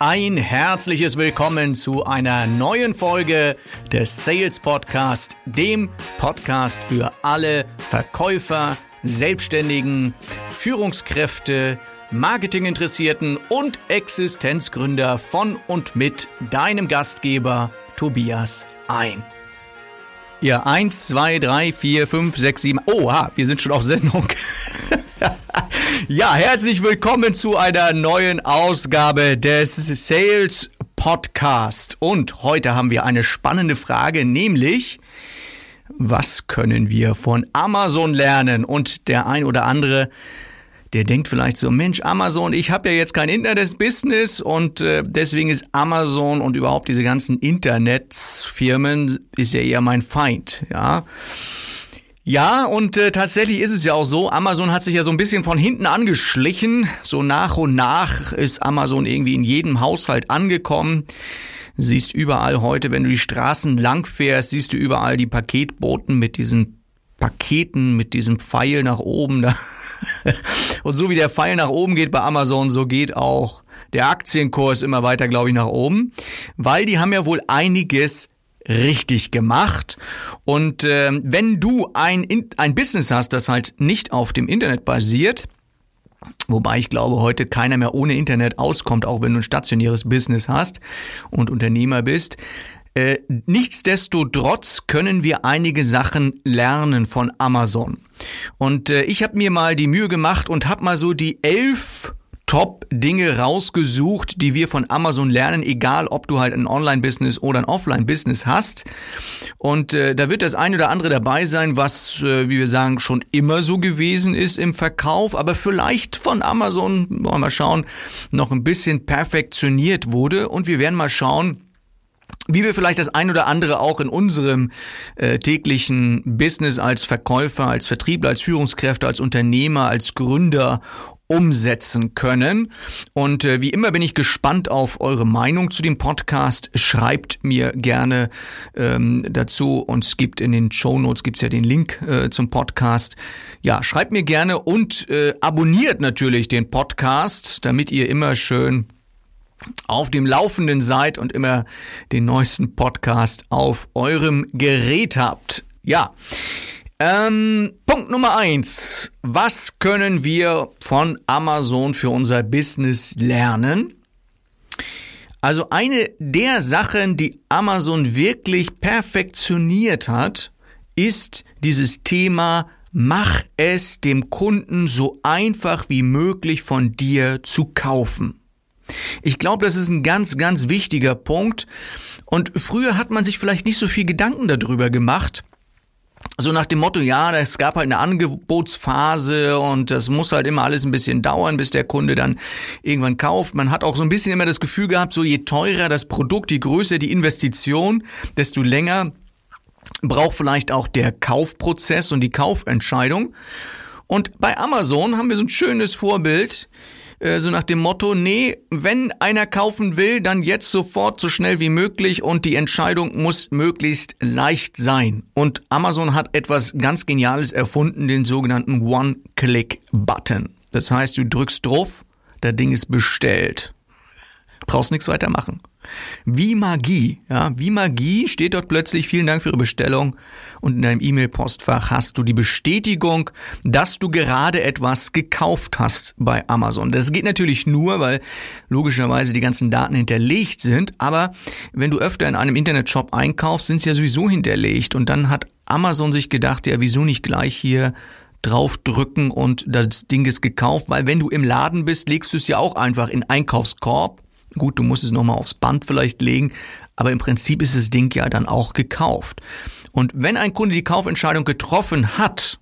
Ein herzliches Willkommen zu einer neuen Folge des Sales Podcast, dem Podcast für alle Verkäufer, Selbstständigen, Führungskräfte, Marketinginteressierten und Existenzgründer von und mit deinem Gastgeber Tobias Ein. Ja, 1, 2, 3, 4, 5, 6, 7. Oha, wir sind schon auf Sendung. Ja, herzlich willkommen zu einer neuen Ausgabe des Sales Podcast. Und heute haben wir eine spannende Frage, nämlich, was können wir von Amazon lernen? Und der ein oder andere, der denkt vielleicht so, Mensch, Amazon, ich habe ja jetzt kein Internet-Business und deswegen ist Amazon und überhaupt diese ganzen Internetfirmen ist ja eher mein Feind, ja. Ja, und tatsächlich ist es ja auch so, Amazon hat sich ja so ein bisschen von hinten angeschlichen. So nach und nach ist Amazon irgendwie in jedem Haushalt angekommen. Siehst überall heute, wenn du die Straßen lang fährst, siehst du überall die Paketboten mit diesen Paketen, mit diesem Pfeil nach oben. Und so wie der Pfeil nach oben geht bei Amazon, so geht auch der Aktienkurs immer weiter, glaube ich, nach oben. Weil die haben ja wohl einiges richtig gemacht. Und wenn du ein Business hast, das halt nicht auf dem Internet basiert, wobei ich glaube, heute keiner mehr ohne Internet auskommt, auch wenn du ein stationäres Business hast und Unternehmer bist, nichtsdestotrotz können wir einige Sachen lernen von Amazon. Und ich habe mir mal die Mühe gemacht und habe mal so die 11 Top-Dinge rausgesucht, die wir von Amazon lernen, egal ob du halt ein Online-Business oder ein Offline-Business hast. Und da wird das ein oder andere dabei sein, was, wie wir sagen, schon immer so gewesen ist im Verkauf, aber vielleicht von Amazon, wollen wir mal schauen, noch ein bisschen perfektioniert wurde. Und wir werden mal schauen, wie wir vielleicht das ein oder andere auch in unserem täglichen Business als Verkäufer, als Vertriebler, als Führungskräfte, als Unternehmer, als Gründer umsetzen können. Und wie immer bin ich gespannt auf eure Meinung zu dem Podcast. Schreibt mir gerne dazu, und es gibt in den Shownotes gibt's ja den Link zum Podcast. Ja, schreibt mir gerne und abonniert natürlich den Podcast, damit ihr immer schön auf dem Laufenden seid und immer den neuesten Podcast auf eurem Gerät habt. Ja. Punkt Nummer 1. Was können wir von Amazon für unser Business lernen? Also eine der Sachen, die Amazon wirklich perfektioniert hat, ist dieses Thema, mach es dem Kunden so einfach wie möglich von dir zu kaufen. Ich glaube, das ist ein ganz, ganz wichtiger Punkt. Und früher hat man sich vielleicht nicht so viel Gedanken darüber gemacht. So nach dem Motto, ja, es gab halt eine Angebotsphase und das muss halt immer alles ein bisschen dauern, bis der Kunde dann irgendwann kauft. Man hat auch so ein bisschen immer das Gefühl gehabt, so je teurer das Produkt, je größer die Investition, desto länger braucht vielleicht auch der Kaufprozess und die Kaufentscheidung. Und bei Amazon haben wir so ein schönes Vorbild, so nach dem Motto, nee, wenn einer kaufen will, dann jetzt sofort so schnell wie möglich und die Entscheidung muss möglichst leicht sein. Und Amazon hat etwas ganz Geniales erfunden, den sogenannten One-Click-Button. Das heißt, du drückst drauf, das Ding ist bestellt. Brauchst nichts weiter machen. Wie Magie, ja, wie Magie steht dort plötzlich, vielen Dank für Ihre Bestellung, und in deinem E-Mail-Postfach hast du die Bestätigung, dass du gerade etwas gekauft hast bei Amazon. Das geht natürlich nur, weil logischerweise die ganzen Daten hinterlegt sind, aber wenn du öfter in einem Internetshop einkaufst, sind sie ja sowieso hinterlegt, und dann hat Amazon sich gedacht, ja, wieso nicht gleich hier draufdrücken und das Ding ist gekauft, weil wenn du im Laden bist, legst du es ja auch einfach in Einkaufskorb. Gut, du musst es nochmal aufs Band vielleicht legen, aber im Prinzip ist das Ding ja dann auch gekauft. Und wenn ein Kunde die Kaufentscheidung getroffen hat,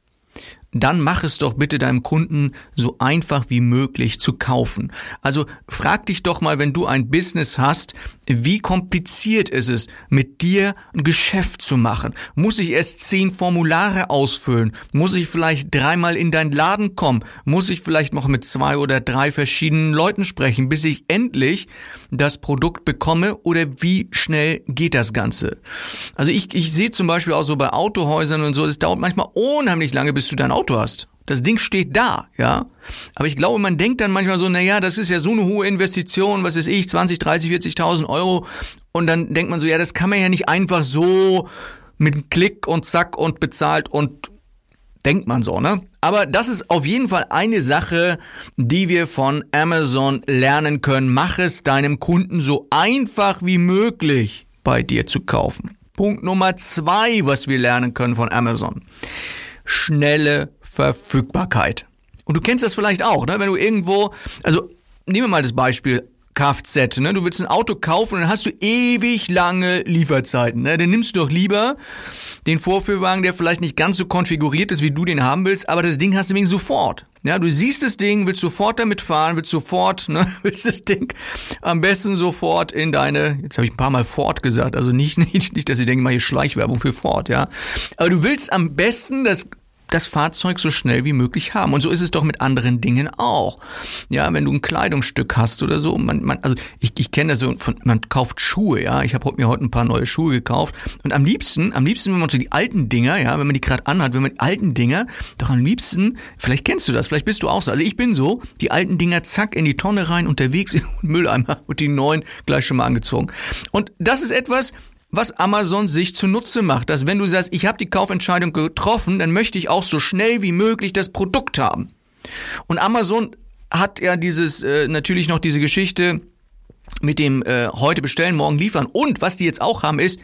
dann mach es doch bitte deinem Kunden so einfach wie möglich zu kaufen. Also frag dich doch mal, wenn du ein Business hast, wie kompliziert ist es, mit dir ein Geschäft zu machen? Muss ich erst 10 Formulare ausfüllen? Muss ich vielleicht 3-mal in deinen Laden kommen? Muss ich vielleicht noch mit 2 oder 3 verschiedenen Leuten sprechen, bis ich endlich das Produkt bekomme? Oder wie schnell geht das Ganze? Also ich sehe zum Beispiel auch so bei Autohäusern und so, es dauert manchmal unheimlich lange, bis du dein Auto hast. Das Ding steht da, ja. Aber ich glaube, man denkt dann manchmal so, naja, das ist ja so eine hohe Investition, was weiß ich, 20, 30, 40.000 Euro. Und dann denkt man so, ja, das kann man ja nicht einfach so mit einem Klick und zack und bezahlt und denkt man so, ne? Aber das ist auf jeden Fall eine Sache, die wir von Amazon lernen können. Mach es deinem Kunden so einfach wie möglich bei dir zu kaufen. Punkt Nummer 2, was wir lernen können von Amazon. Schnelle Verfügbarkeit. Und du kennst das vielleicht auch, ne? Wenn du irgendwo, also nehmen wir mal das Beispiel Kfz, ne? Du willst ein Auto kaufen und dann hast du ewig lange Lieferzeiten, ne? Dann nimmst du doch lieber den Vorführwagen, der vielleicht nicht ganz so konfiguriert ist, wie du den haben willst, aber das Ding hast du wegen sofort. Ja, du siehst das Ding, willst sofort damit fahren, willst das Ding am besten sofort in deine, jetzt habe ich ein paar Mal Ford gesagt, also nicht, dass ihr denkt, mal hier Schleichwerbung für Ford, ja. Aber du willst am besten das Fahrzeug so schnell wie möglich haben. Und so ist es doch mit anderen Dingen auch. Ja, wenn du ein Kleidungsstück hast oder so, ich kenne das so, man kauft Schuhe, ja. Ich habe mir heute ein paar neue Schuhe gekauft. Und am liebsten, wenn man so die alten Dinger, ja, wenn man die gerade anhat, wenn man die alten Dinger, doch am liebsten, vielleicht kennst du das, vielleicht bist du auch so. Also ich bin so, die alten Dinger zack in die Tonne rein, unterwegs in den Mülleimer und die neuen gleich schon mal angezogen. Und das ist etwas, was Amazon sich zunutze macht, dass wenn du sagst, ich habe die Kaufentscheidung getroffen, dann möchte ich auch so schnell wie möglich das Produkt haben. Und Amazon hat ja natürlich noch diese Geschichte mit dem heute bestellen, morgen liefern. Und was die jetzt auch haben, ist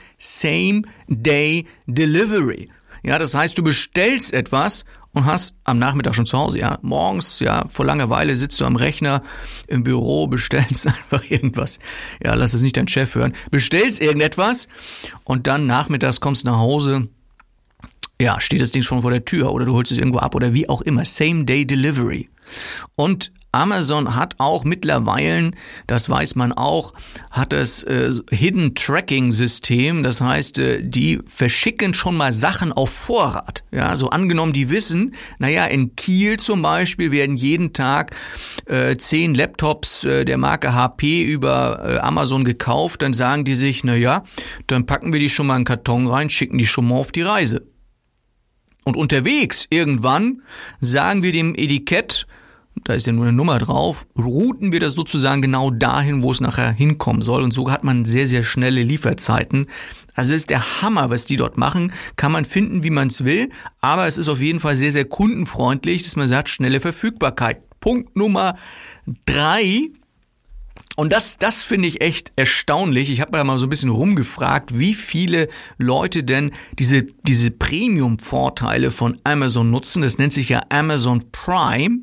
Same-Day Delivery. Ja, das heißt, du bestellst etwas und hast am Nachmittag schon zu Hause, ja. Morgens, ja, vor Langeweile sitzt du am Rechner im Büro, bestellst einfach irgendwas. Ja, lass es nicht dein Chef hören. Bestellst irgendetwas und dann nachmittags kommst du nach Hause, ja, steht das Ding schon vor der Tür oder du holst es irgendwo ab oder wie auch immer. Same-Day Delivery. Und Amazon hat auch mittlerweile, das weiß man auch, hat das Hidden Tracking System. Das heißt, die verschicken schon mal Sachen auf Vorrat. Ja, so angenommen, die wissen, naja, in Kiel zum Beispiel werden jeden Tag 10 Laptops der Marke HP über Amazon gekauft. Dann sagen die sich, naja, dann packen wir die schon mal in einen Karton rein, schicken die schon mal auf die Reise. Und unterwegs irgendwann sagen wir dem Etikett, da ist ja nur eine Nummer drauf, routen wir das sozusagen genau dahin, wo es nachher hinkommen soll. Und so hat man sehr, sehr schnelle Lieferzeiten. Also es ist der Hammer, was die dort machen. Kann man finden, wie man es will. Aber es ist auf jeden Fall sehr, sehr kundenfreundlich, dass man sagt, schnelle Verfügbarkeit. Punkt Nummer 3. Und das finde ich echt erstaunlich. Ich habe da mal so ein bisschen rumgefragt, wie viele Leute denn diese Premium-Vorteile von Amazon nutzen. Das nennt sich ja Amazon Prime.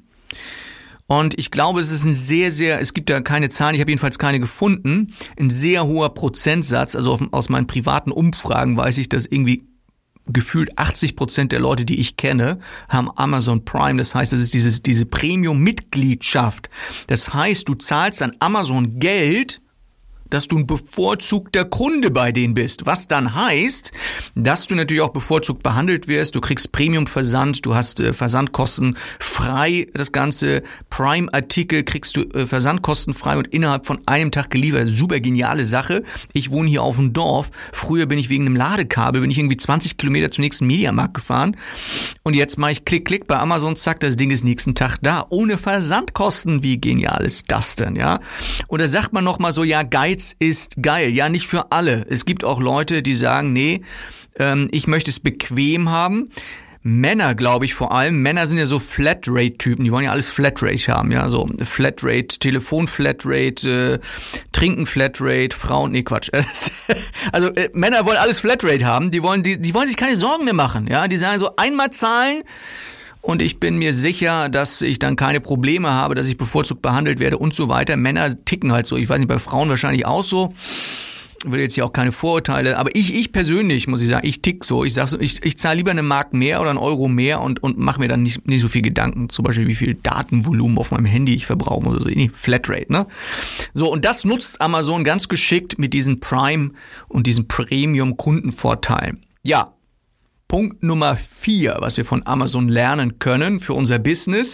Und ich glaube, es ist es gibt da keine Zahlen, ich habe jedenfalls keine gefunden, ein sehr hoher Prozentsatz, also aus meinen privaten Umfragen weiß ich, dass irgendwie gefühlt 80% der Leute, die ich kenne, haben Amazon Prime. Das heißt, das ist diese Premium-Mitgliedschaft. Das heißt, du zahlst an Amazon Geld, dass du ein bevorzugter Kunde bei denen bist. Was dann heißt, dass du natürlich auch bevorzugt behandelt wirst. Du kriegst Premium-Versand, du hast Versandkosten frei. Das ganze Prime-Artikel kriegst du versandkostenfrei und innerhalb von einem Tag geliefert. Super geniale Sache. Ich wohne hier auf dem Dorf. Früher bin ich wegen einem Ladekabel, irgendwie 20 Kilometer zum nächsten Mediamarkt gefahren. Und jetzt mache ich Klick bei Amazon, zack, das Ding ist nächsten Tag da. Ohne Versandkosten. Wie genial ist das denn, ja? Und da sagt man nochmal so, ja, Geiz ist geil. Ja, nicht für alle. Es gibt auch Leute, die sagen, nee, ich möchte es bequem haben. Männer, glaube ich vor allem. Männer sind ja so Flatrate-Typen. Die wollen ja alles Flatrate haben. Ja, so Flatrate, Telefon-Flatrate, Trinken-Flatrate, Frauen, nee, Quatsch. Also Männer wollen alles Flatrate haben. Die wollen sich keine Sorgen mehr machen. Ja, die sagen so, einmal zahlen. Und ich bin mir sicher, dass ich dann keine Probleme habe, dass ich bevorzugt behandelt werde und so weiter. Männer ticken halt so. Ich weiß nicht, bei Frauen wahrscheinlich auch so. Ich will jetzt hier auch keine Vorurteile. Aber ich persönlich, muss ich sagen, ich tick so. Ich sag so, ich zahle lieber eine Mark mehr oder einen Euro mehr und mache mir dann nicht so viel Gedanken. Zum Beispiel, wie viel Datenvolumen auf meinem Handy ich verbrauche oder so. Nee, Flatrate, ne? So, und das nutzt Amazon ganz geschickt mit diesen Prime und diesen Premium-Kundenvorteilen. Ja. Punkt Nummer 4, was wir von Amazon lernen können für unser Business.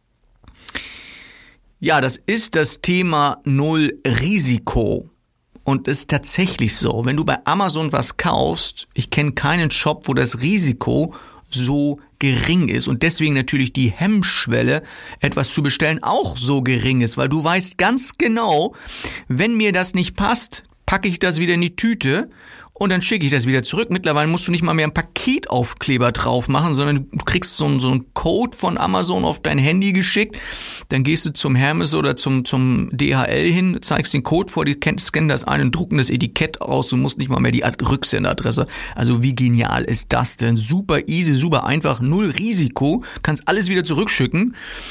Ja, das ist das Thema Null Risiko. Und es ist tatsächlich so, wenn du bei Amazon was kaufst, ich kenne keinen Shop, wo das Risiko so gering ist und deswegen natürlich die Hemmschwelle, etwas zu bestellen, auch so gering ist, weil du weißt ganz genau, wenn mir das nicht passt, packe ich das wieder in die Tüte und dann schicke ich das wieder zurück. Mittlerweile musst du nicht mal mehr einen Paketaufkleber drauf machen, sondern du kriegst so einen Code von Amazon auf dein Handy geschickt. Dann gehst du zum Hermes oder zum DHL hin, zeigst den Code vor, die scannen das ein und drucken das Etikett aus. Du musst nicht mal mehr die Rücksenderadresse. Also wie genial ist das denn? Super easy, super einfach, null Risiko. Kannst alles wieder zurückschicken.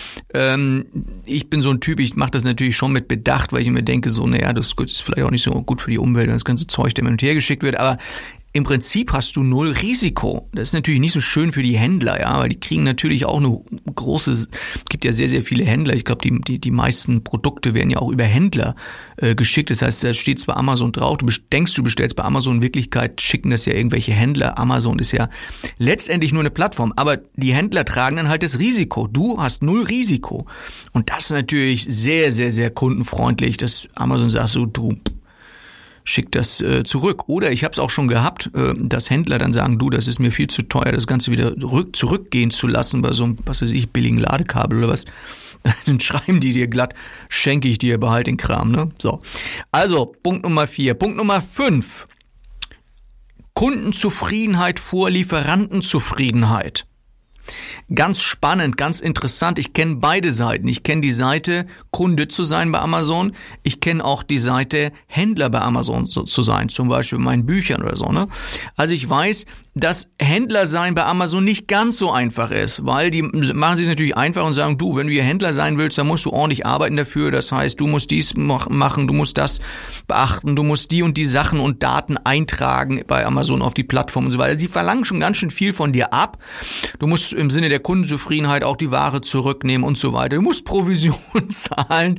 Ich bin so ein Typ, ich mache das natürlich schon mit Bedacht, weil ich mir denke, so, naja, das ist vielleicht auch nicht so gut für die Umwelt, wenn das ganze Zeug da hin und her geschickt wird. Aber im Prinzip hast du null Risiko. Das ist natürlich nicht so schön für die Händler, ja, weil die kriegen natürlich auch eine große, gibt ja sehr, sehr viele Händler. Ich glaube, die meisten Produkte werden ja auch über Händler geschickt. Das heißt, da steht zwar Amazon drauf, du denkst, du bestellst bei Amazon, in Wirklichkeit schicken das ja irgendwelche Händler. Amazon ist ja letztendlich nur eine Plattform, aber die Händler tragen dann halt das Risiko. Du hast null Risiko. Und das ist natürlich sehr, sehr, sehr kundenfreundlich, dass Amazon sagt so, du schick das zurück. Oder ich habe es auch schon gehabt, dass Händler dann sagen, du, das ist mir viel zu teuer, das Ganze wieder zurückgehen zu lassen bei so einem, was weiß ich, billigen Ladekabel oder was. Dann schreiben die dir glatt, schenke ich dir, behalt den Kram, ne? So. Also, Punkt Nummer 4. Punkt Nummer 5. Kundenzufriedenheit vor Lieferantenzufriedenheit. Ganz spannend, ganz interessant. Ich kenne beide Seiten. Ich kenne die Seite, Kunde zu sein bei Amazon. Ich kenne auch die Seite, Händler bei Amazon zu sein, zum Beispiel in meinen Büchern oder so, ne? Also ich weiß, dass Händler sein bei Amazon nicht ganz so einfach ist, weil die machen es natürlich einfach und sagen, du, wenn du hier Händler sein willst, dann musst du ordentlich arbeiten dafür. Das heißt, du musst dies machen, du musst das beachten, du musst die und die Sachen und Daten eintragen bei Amazon auf die Plattform und so weiter. Sie verlangen schon ganz schön viel von dir ab. Du musst im Sinne der Kundenzufriedenheit auch die Ware zurücknehmen und so weiter. Du musst Provision zahlen,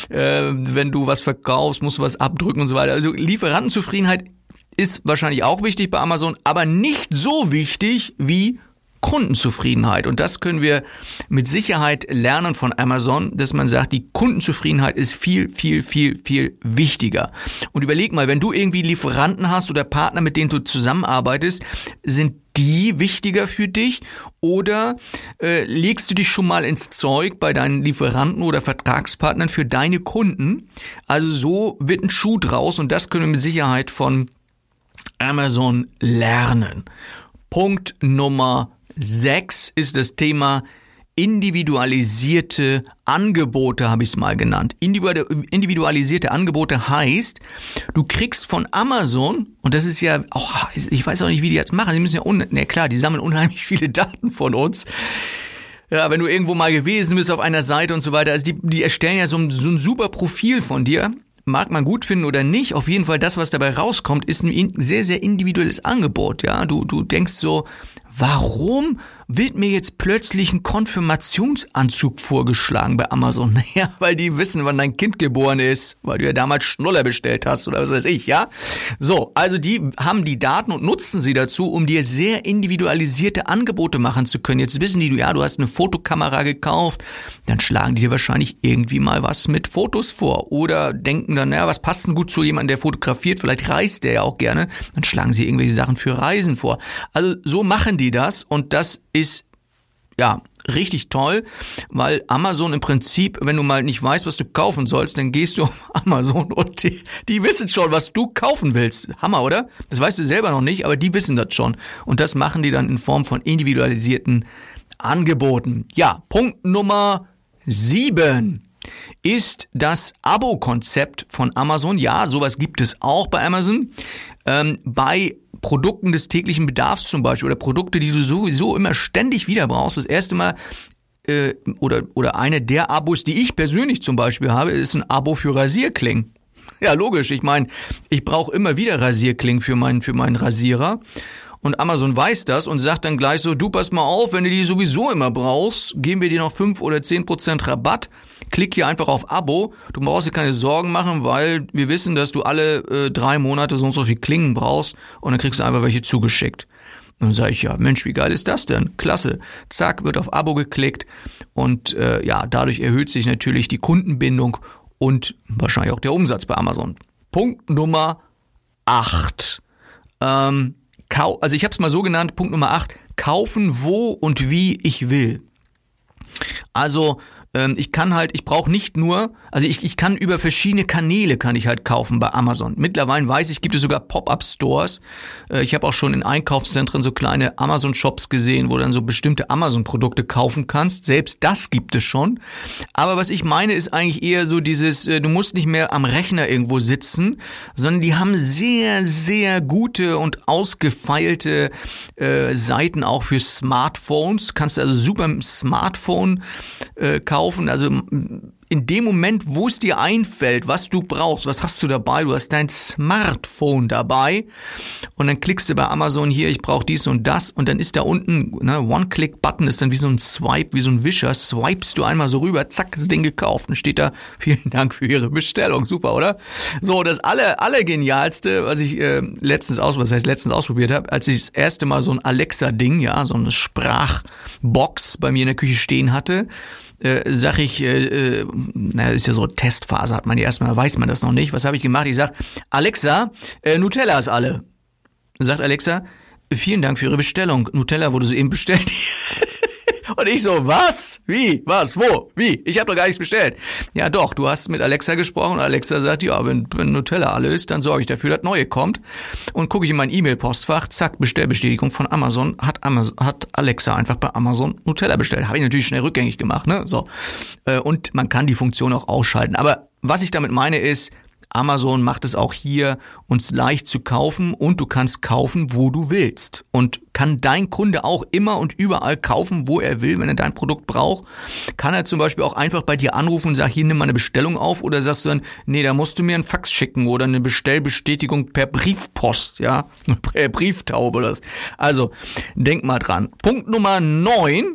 wenn du was verkaufst, musst du was abdrücken und so weiter. Also Lieferantenzufriedenheit ist wahrscheinlich auch wichtig bei Amazon, aber nicht so wichtig wie Kundenzufriedenheit. Und das können wir mit Sicherheit lernen von Amazon, dass man sagt, die Kundenzufriedenheit ist viel, viel, viel, viel wichtiger. Und überleg mal, wenn du irgendwie Lieferanten hast oder Partner, mit denen du zusammenarbeitest, sind die wichtiger für dich oder legst du dich schon mal ins Zeug bei deinen Lieferanten oder Vertragspartnern für deine Kunden? Also so wird ein Schuh draus und das können wir mit Sicherheit von Amazon lernen. Punkt Nummer 6 ist das Thema individualisierte Angebote, habe ich es mal genannt. Individualisierte Angebote heißt, du kriegst von Amazon, und das ist ja, ich weiß auch nicht, wie die jetzt machen, sie müssen ja, klar, die sammeln unheimlich viele Daten von uns. Ja, wenn du irgendwo mal gewesen bist auf einer Seite und so weiter, also die erstellen ja so ein super Profil von dir. Mag man gut finden oder nicht, auf jeden Fall das, was dabei rauskommt, ist ein sehr, sehr individuelles Angebot. Ja, du denkst so, warum wird mir jetzt plötzlich ein Konfirmationsanzug vorgeschlagen bei Amazon? Naja, weil die wissen, wann dein Kind geboren ist, weil du ja damals Schnuller bestellt hast oder was weiß ich, ja? So, also die haben die Daten und nutzen sie dazu, um dir sehr individualisierte Angebote machen zu können. Jetzt wissen die, du hast eine Fotokamera gekauft, dann schlagen die dir wahrscheinlich irgendwie mal was mit Fotos vor oder denken dann, naja, was passt denn gut zu jemandem, der fotografiert, vielleicht reist der ja auch gerne, dann schlagen sie irgendwelche Sachen für Reisen vor. Also so machen die das und das ist ja richtig toll, weil Amazon im Prinzip, wenn du mal nicht weißt, was du kaufen sollst, dann gehst du auf Amazon und die wissen schon, was du kaufen willst. Hammer, oder? Das weißt du selber noch nicht, aber die wissen das schon. Und das machen die dann in Form von individualisierten Angeboten. Ja, Punkt Nummer 7 ist das Abo-Konzept von Amazon. Ja, sowas gibt es auch bei Amazon. Bei Produkten des täglichen Bedarfs zum Beispiel oder Produkte, die du sowieso immer ständig wieder brauchst. Das erste Mal oder eine der Abos, die ich persönlich zum Beispiel habe, ist ein Abo für Rasierklingen. Ja, logisch. Ich meine, ich brauche immer wieder Rasierklingen für meinen Rasierer. Und Amazon weiß das und sagt dann gleich so, du pass mal auf, wenn du die sowieso immer brauchst, geben wir dir noch 5 oder 10% Rabatt. Klick hier einfach auf Abo. Du brauchst dir keine Sorgen machen, weil wir wissen, dass du alle 3 Monate so und so viel Klingen brauchst und dann kriegst du einfach welche zugeschickt. Und dann sage ich, ja, Mensch, wie geil ist das denn? Klasse. Zack, wird auf Abo geklickt und dadurch erhöht sich natürlich die Kundenbindung und wahrscheinlich auch der Umsatz bei Amazon. Punkt Nummer 8. Also ich habe es mal so genannt, Punkt Nummer 8, kaufen, wo und wie ich will. Also ich brauche nicht nur, also ich kann über verschiedene Kanäle kann ich halt kaufen bei Amazon. Mittlerweile weiß ich, gibt es sogar Pop-up-Stores. Ich habe auch schon in Einkaufszentren so kleine Amazon-Shops gesehen, wo du dann so bestimmte Amazon-Produkte kaufen kannst. Selbst das gibt es schon. Aber was ich meine, ist eigentlich eher so dieses, du musst nicht mehr am Rechner irgendwo sitzen, sondern die haben sehr, sehr gute und ausgefeilte Seiten auch für Smartphones. Kannst du also super mit dem Smartphone kaufen. Also in dem Moment, wo es dir einfällt, was du brauchst, was hast du dabei? Du hast dein Smartphone dabei und dann klickst du bei Amazon hier, ich brauche dies und das und dann ist da unten, One-Click-Button ist dann wie so ein Swipe, wie so ein Wischer, swipest du einmal so rüber, zack, das Ding gekauft und steht da, vielen Dank für Ihre Bestellung, super, oder? So, das Allergenialste, was ich letztens ausprobiert habe, als ich das erste Mal so ein Alexa-Ding, ja, so eine Sprachbox bei mir in der Küche stehen hatte, sag ich, ist ja so Testphase, hat man ja erstmal, weiß man das noch nicht. Was habe ich gemacht? Ich sag, Alexa, Nutella ist alle. Sagt Alexa, vielen Dank für Ihre Bestellung. Nutella wurde soeben bestellt. Und ich so, was? Wie? Was? Wo? Wie? Ich habe doch gar nichts bestellt. Ja doch, du hast mit Alexa gesprochen und Alexa sagt, ja, wenn Nutella alle ist, dann sorge ich dafür, dass neue kommt. Und gucke ich in mein E-Mail-Postfach, zack, Bestellbestätigung von Amazon, hat Alexa einfach bei Amazon Nutella bestellt. Habe ich natürlich schnell rückgängig gemacht, ne? So. Und man kann die Funktion auch ausschalten. Aber was ich damit meine ist, Amazon macht es auch hier uns leicht zu kaufen und du kannst kaufen, wo du willst. Und kann dein Kunde auch immer und überall kaufen, wo er will, wenn er dein Produkt braucht. Kann er zum Beispiel auch einfach bei dir anrufen und sagen, hier, nimm mal eine Bestellung auf, oder sagst du dann, nee, da musst du mir einen Fax schicken oder eine Bestellbestätigung per Briefpost, ja, per Brieftaube oder das. Also, denk mal dran. Punkt Nummer 9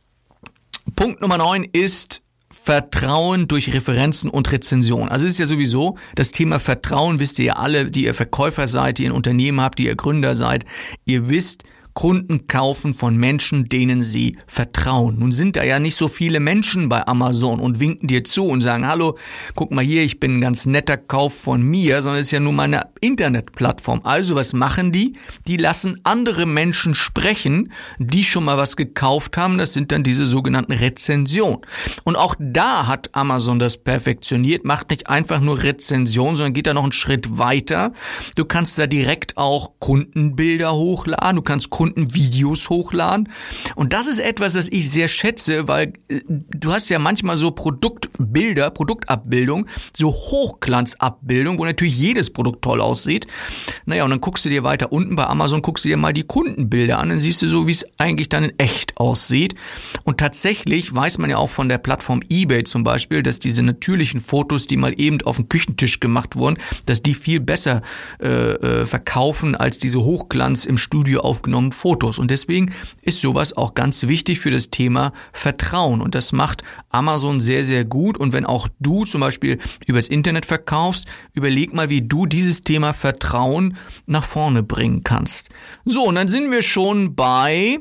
ist Vertrauen durch Referenzen und Rezension. Also es ist ja sowieso das Thema Vertrauen, wisst ihr ja alle, die ihr Verkäufer seid, die ihr ein Unternehmen habt, die ihr Gründer seid. Ihr wisst, Kunden kaufen von Menschen, denen sie vertrauen. Nun sind da ja nicht so viele Menschen bei Amazon und winken dir zu und sagen, hallo, guck mal hier, ich bin ein ganz netter Kauf von mir, sondern es ist ja nur meine Internetplattform. Also was machen die? Die lassen andere Menschen sprechen, die schon mal was gekauft haben. Das sind dann diese sogenannten Rezensionen. Und auch da hat Amazon das perfektioniert, macht nicht einfach nur Rezension, sondern geht da noch einen Schritt weiter. Du kannst da direkt auch Kundenbilder hochladen, du kannst Kundenvideos hochladen. Und das ist etwas, was ich sehr schätze, weil du hast ja manchmal so Produktbilder, Produktabbildung, so Hochglanzabbildung, wo natürlich jedes Produkt toll aussieht. Naja, und dann guckst du dir weiter unten bei Amazon, guckst du dir mal die Kundenbilder an, dann siehst du so, wie es eigentlich dann in echt aussieht. Und tatsächlich weiß man ja auch von der Plattform eBay zum Beispiel, dass diese natürlichen Fotos, die mal eben auf dem Küchentisch gemacht wurden, dass die viel besser verkaufen als diese Hochglanz im Studio aufgenommenen Fotos. Und deswegen ist sowas auch ganz wichtig für das Thema Vertrauen. Und das macht Amazon sehr, sehr gut. Und wenn auch du zum Beispiel übers Internet verkaufst, überleg mal, wie du dieses Thema Vertrauen nach vorne bringen kannst. So, und dann sind wir schon bei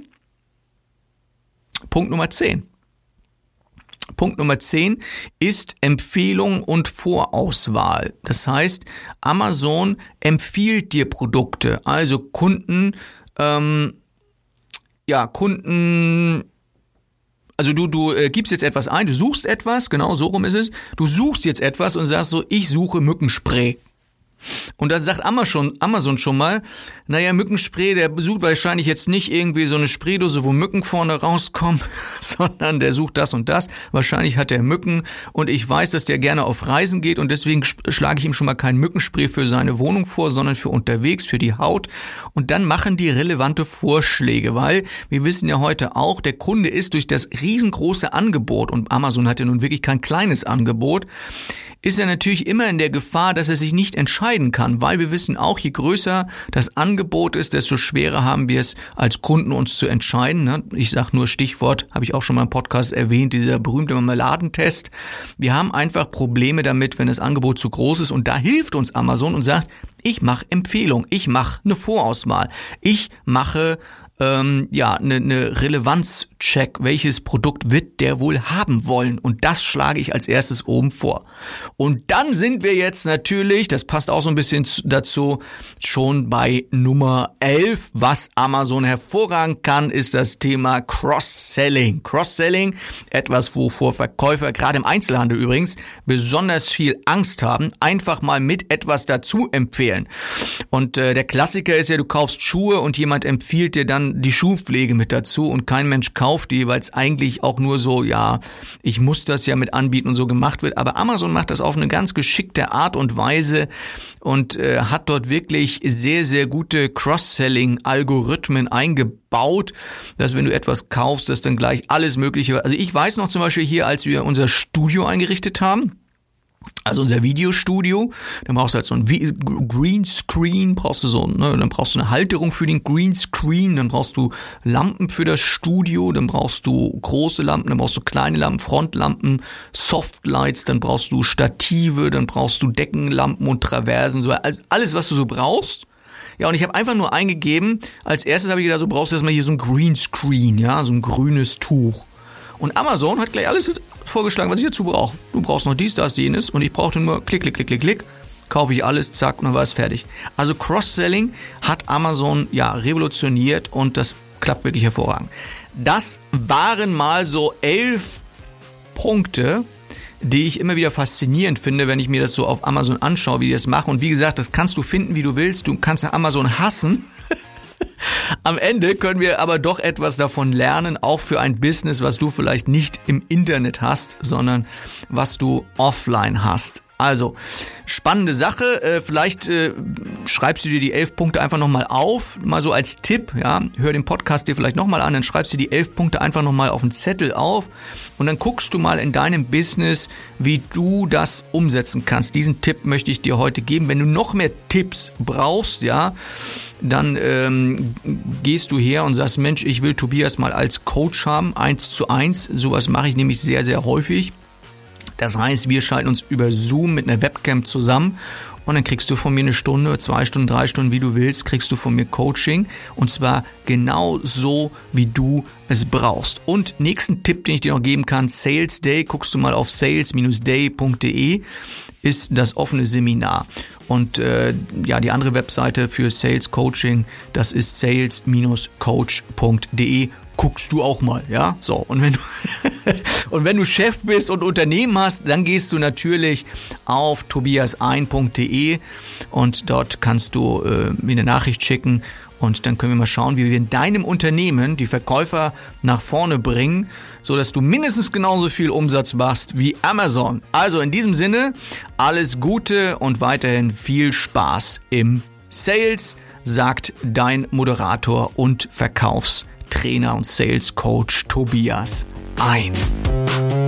Punkt Nummer 10. Punkt Nummer 10 ist Empfehlung und Vorauswahl. Das heißt, Amazon empfiehlt dir Produkte, also Kunden, also du gibst jetzt etwas ein, du suchst etwas, genau so rum ist es, du suchst jetzt etwas und sagst so, ich suche Mückenspray. Und da sagt Amazon schon mal, naja, Mückenspray, der sucht wahrscheinlich jetzt nicht irgendwie so eine Spraydose, wo Mücken vorne rauskommen, sondern der sucht das und das. Wahrscheinlich hat der Mücken und ich weiß, dass der gerne auf Reisen geht und deswegen schlage ich ihm schon mal kein Mückenspray für seine Wohnung vor, sondern für unterwegs, für die Haut. Und dann machen die relevante Vorschläge, weil wir wissen ja heute auch, der Kunde ist durch das riesengroße Angebot, und Amazon hat ja nun wirklich kein kleines Angebot, ist er natürlich immer in der Gefahr, dass er sich nicht entscheiden kann, weil wir wissen auch, je größer das Angebot ist, desto schwerer haben wir es als Kunden, uns zu entscheiden. Ich sage nur Stichwort, habe ich auch schon mal im Podcast erwähnt, dieser berühmte Marmeladentest. Wir haben einfach Probleme damit, wenn das Angebot zu groß ist, und da hilft uns Amazon und sagt, ich mache Empfehlung, ich mache eine Vorauswahl, ich mache eine Relevanzcheck, welches Produkt wird der wohl haben wollen. Und das schlage ich als erstes oben vor. Und dann sind wir jetzt natürlich, das passt auch so ein bisschen dazu, schon bei Nummer 11. Was Amazon hervorragend kann, ist das Thema Cross-Selling. Cross-Selling, etwas, wovor Verkäufer, gerade im Einzelhandel übrigens, besonders viel Angst haben, einfach mal mit etwas dazu empfehlen. Und der Klassiker ist ja, du kaufst Schuhe und jemand empfiehlt dir dann die Schuhpflege mit dazu und kein Mensch kauft die, weil es eigentlich auch nur so, ja, ich muss das ja mit anbieten und so gemacht wird. Aber Amazon macht das auf eine ganz geschickte Art und Weise und hat dort wirklich sehr, sehr gute Cross-Selling-Algorithmen eingebaut, dass wenn du etwas kaufst, dass dann gleich alles Mögliche. Also ich weiß noch zum Beispiel hier, als wir unser Studio eingerichtet haben, also unser Videostudio, dann brauchst du halt so ein Greenscreen, dann brauchst du eine Halterung für den Greenscreen, dann brauchst du Lampen für das Studio, dann brauchst du große Lampen, dann brauchst du kleine Lampen, Frontlampen, Softlights, dann brauchst du Stative, dann brauchst du Deckenlampen und Traversen, so alles, was du so brauchst. Ja, und ich habe einfach nur eingegeben, als erstes habe ich gedacht, du brauchst erstmal hier so ein Greenscreen, ja, so ein grünes Tuch. Und Amazon hat gleich alles vorgeschlagen, was ich dazu brauche. Du brauchst noch dies, das, jenes und ich brauchte nur klick, kaufe ich alles, zack, und dann war es fertig. Also Cross-Selling hat Amazon revolutioniert und das klappt wirklich hervorragend. Das waren mal so 11 Punkte, die ich immer wieder faszinierend finde, wenn ich mir das so auf Amazon anschaue, wie die das machen. Und wie gesagt, das kannst du finden, wie du willst. Du kannst Amazon hassen. Am Ende können wir aber doch etwas davon lernen, auch für ein Business, was du vielleicht nicht im Internet hast, sondern was du offline hast. Also, spannende Sache. Vielleicht schreibst du dir die 11 Punkte einfach nochmal auf, mal so als Tipp. Ja, hör den Podcast dir vielleicht nochmal an, dann schreibst du die 11 Punkte einfach nochmal auf einen Zettel auf und dann guckst du mal in deinem Business, wie du das umsetzen kannst. Diesen Tipp möchte ich dir heute geben. Wenn du noch mehr Tipps brauchst, ja, dann gehst du her und sagst, Mensch, ich will Tobias mal als Coach haben, 1:1. Sowas mache ich nämlich sehr, sehr häufig. Das heißt, wir schalten uns über Zoom mit einer Webcam zusammen und dann kriegst du von mir 1 Stunde, 2 Stunden, 3 Stunden, wie du willst, kriegst du von mir Coaching und zwar genau so, wie du es brauchst. Und nächsten Tipp, den ich dir noch geben kann, Sales Day, guckst du mal auf sales-day.de, ist das offene Seminar. Und die andere Webseite für Sales Coaching, das ist sales-coach.de. Guckst du auch mal, ja? So, und wenn du Chef bist und Unternehmen hast, dann gehst du natürlich auf tobiasein.de und dort kannst du mir eine Nachricht schicken und dann können wir mal schauen, wie wir in deinem Unternehmen die Verkäufer nach vorne bringen, so dass du mindestens genauso viel Umsatz machst wie Amazon. Also in diesem Sinne, alles Gute und weiterhin viel Spaß im Sales, sagt dein Moderator und Verkaufstrainer und Sales Coach Tobias Ein.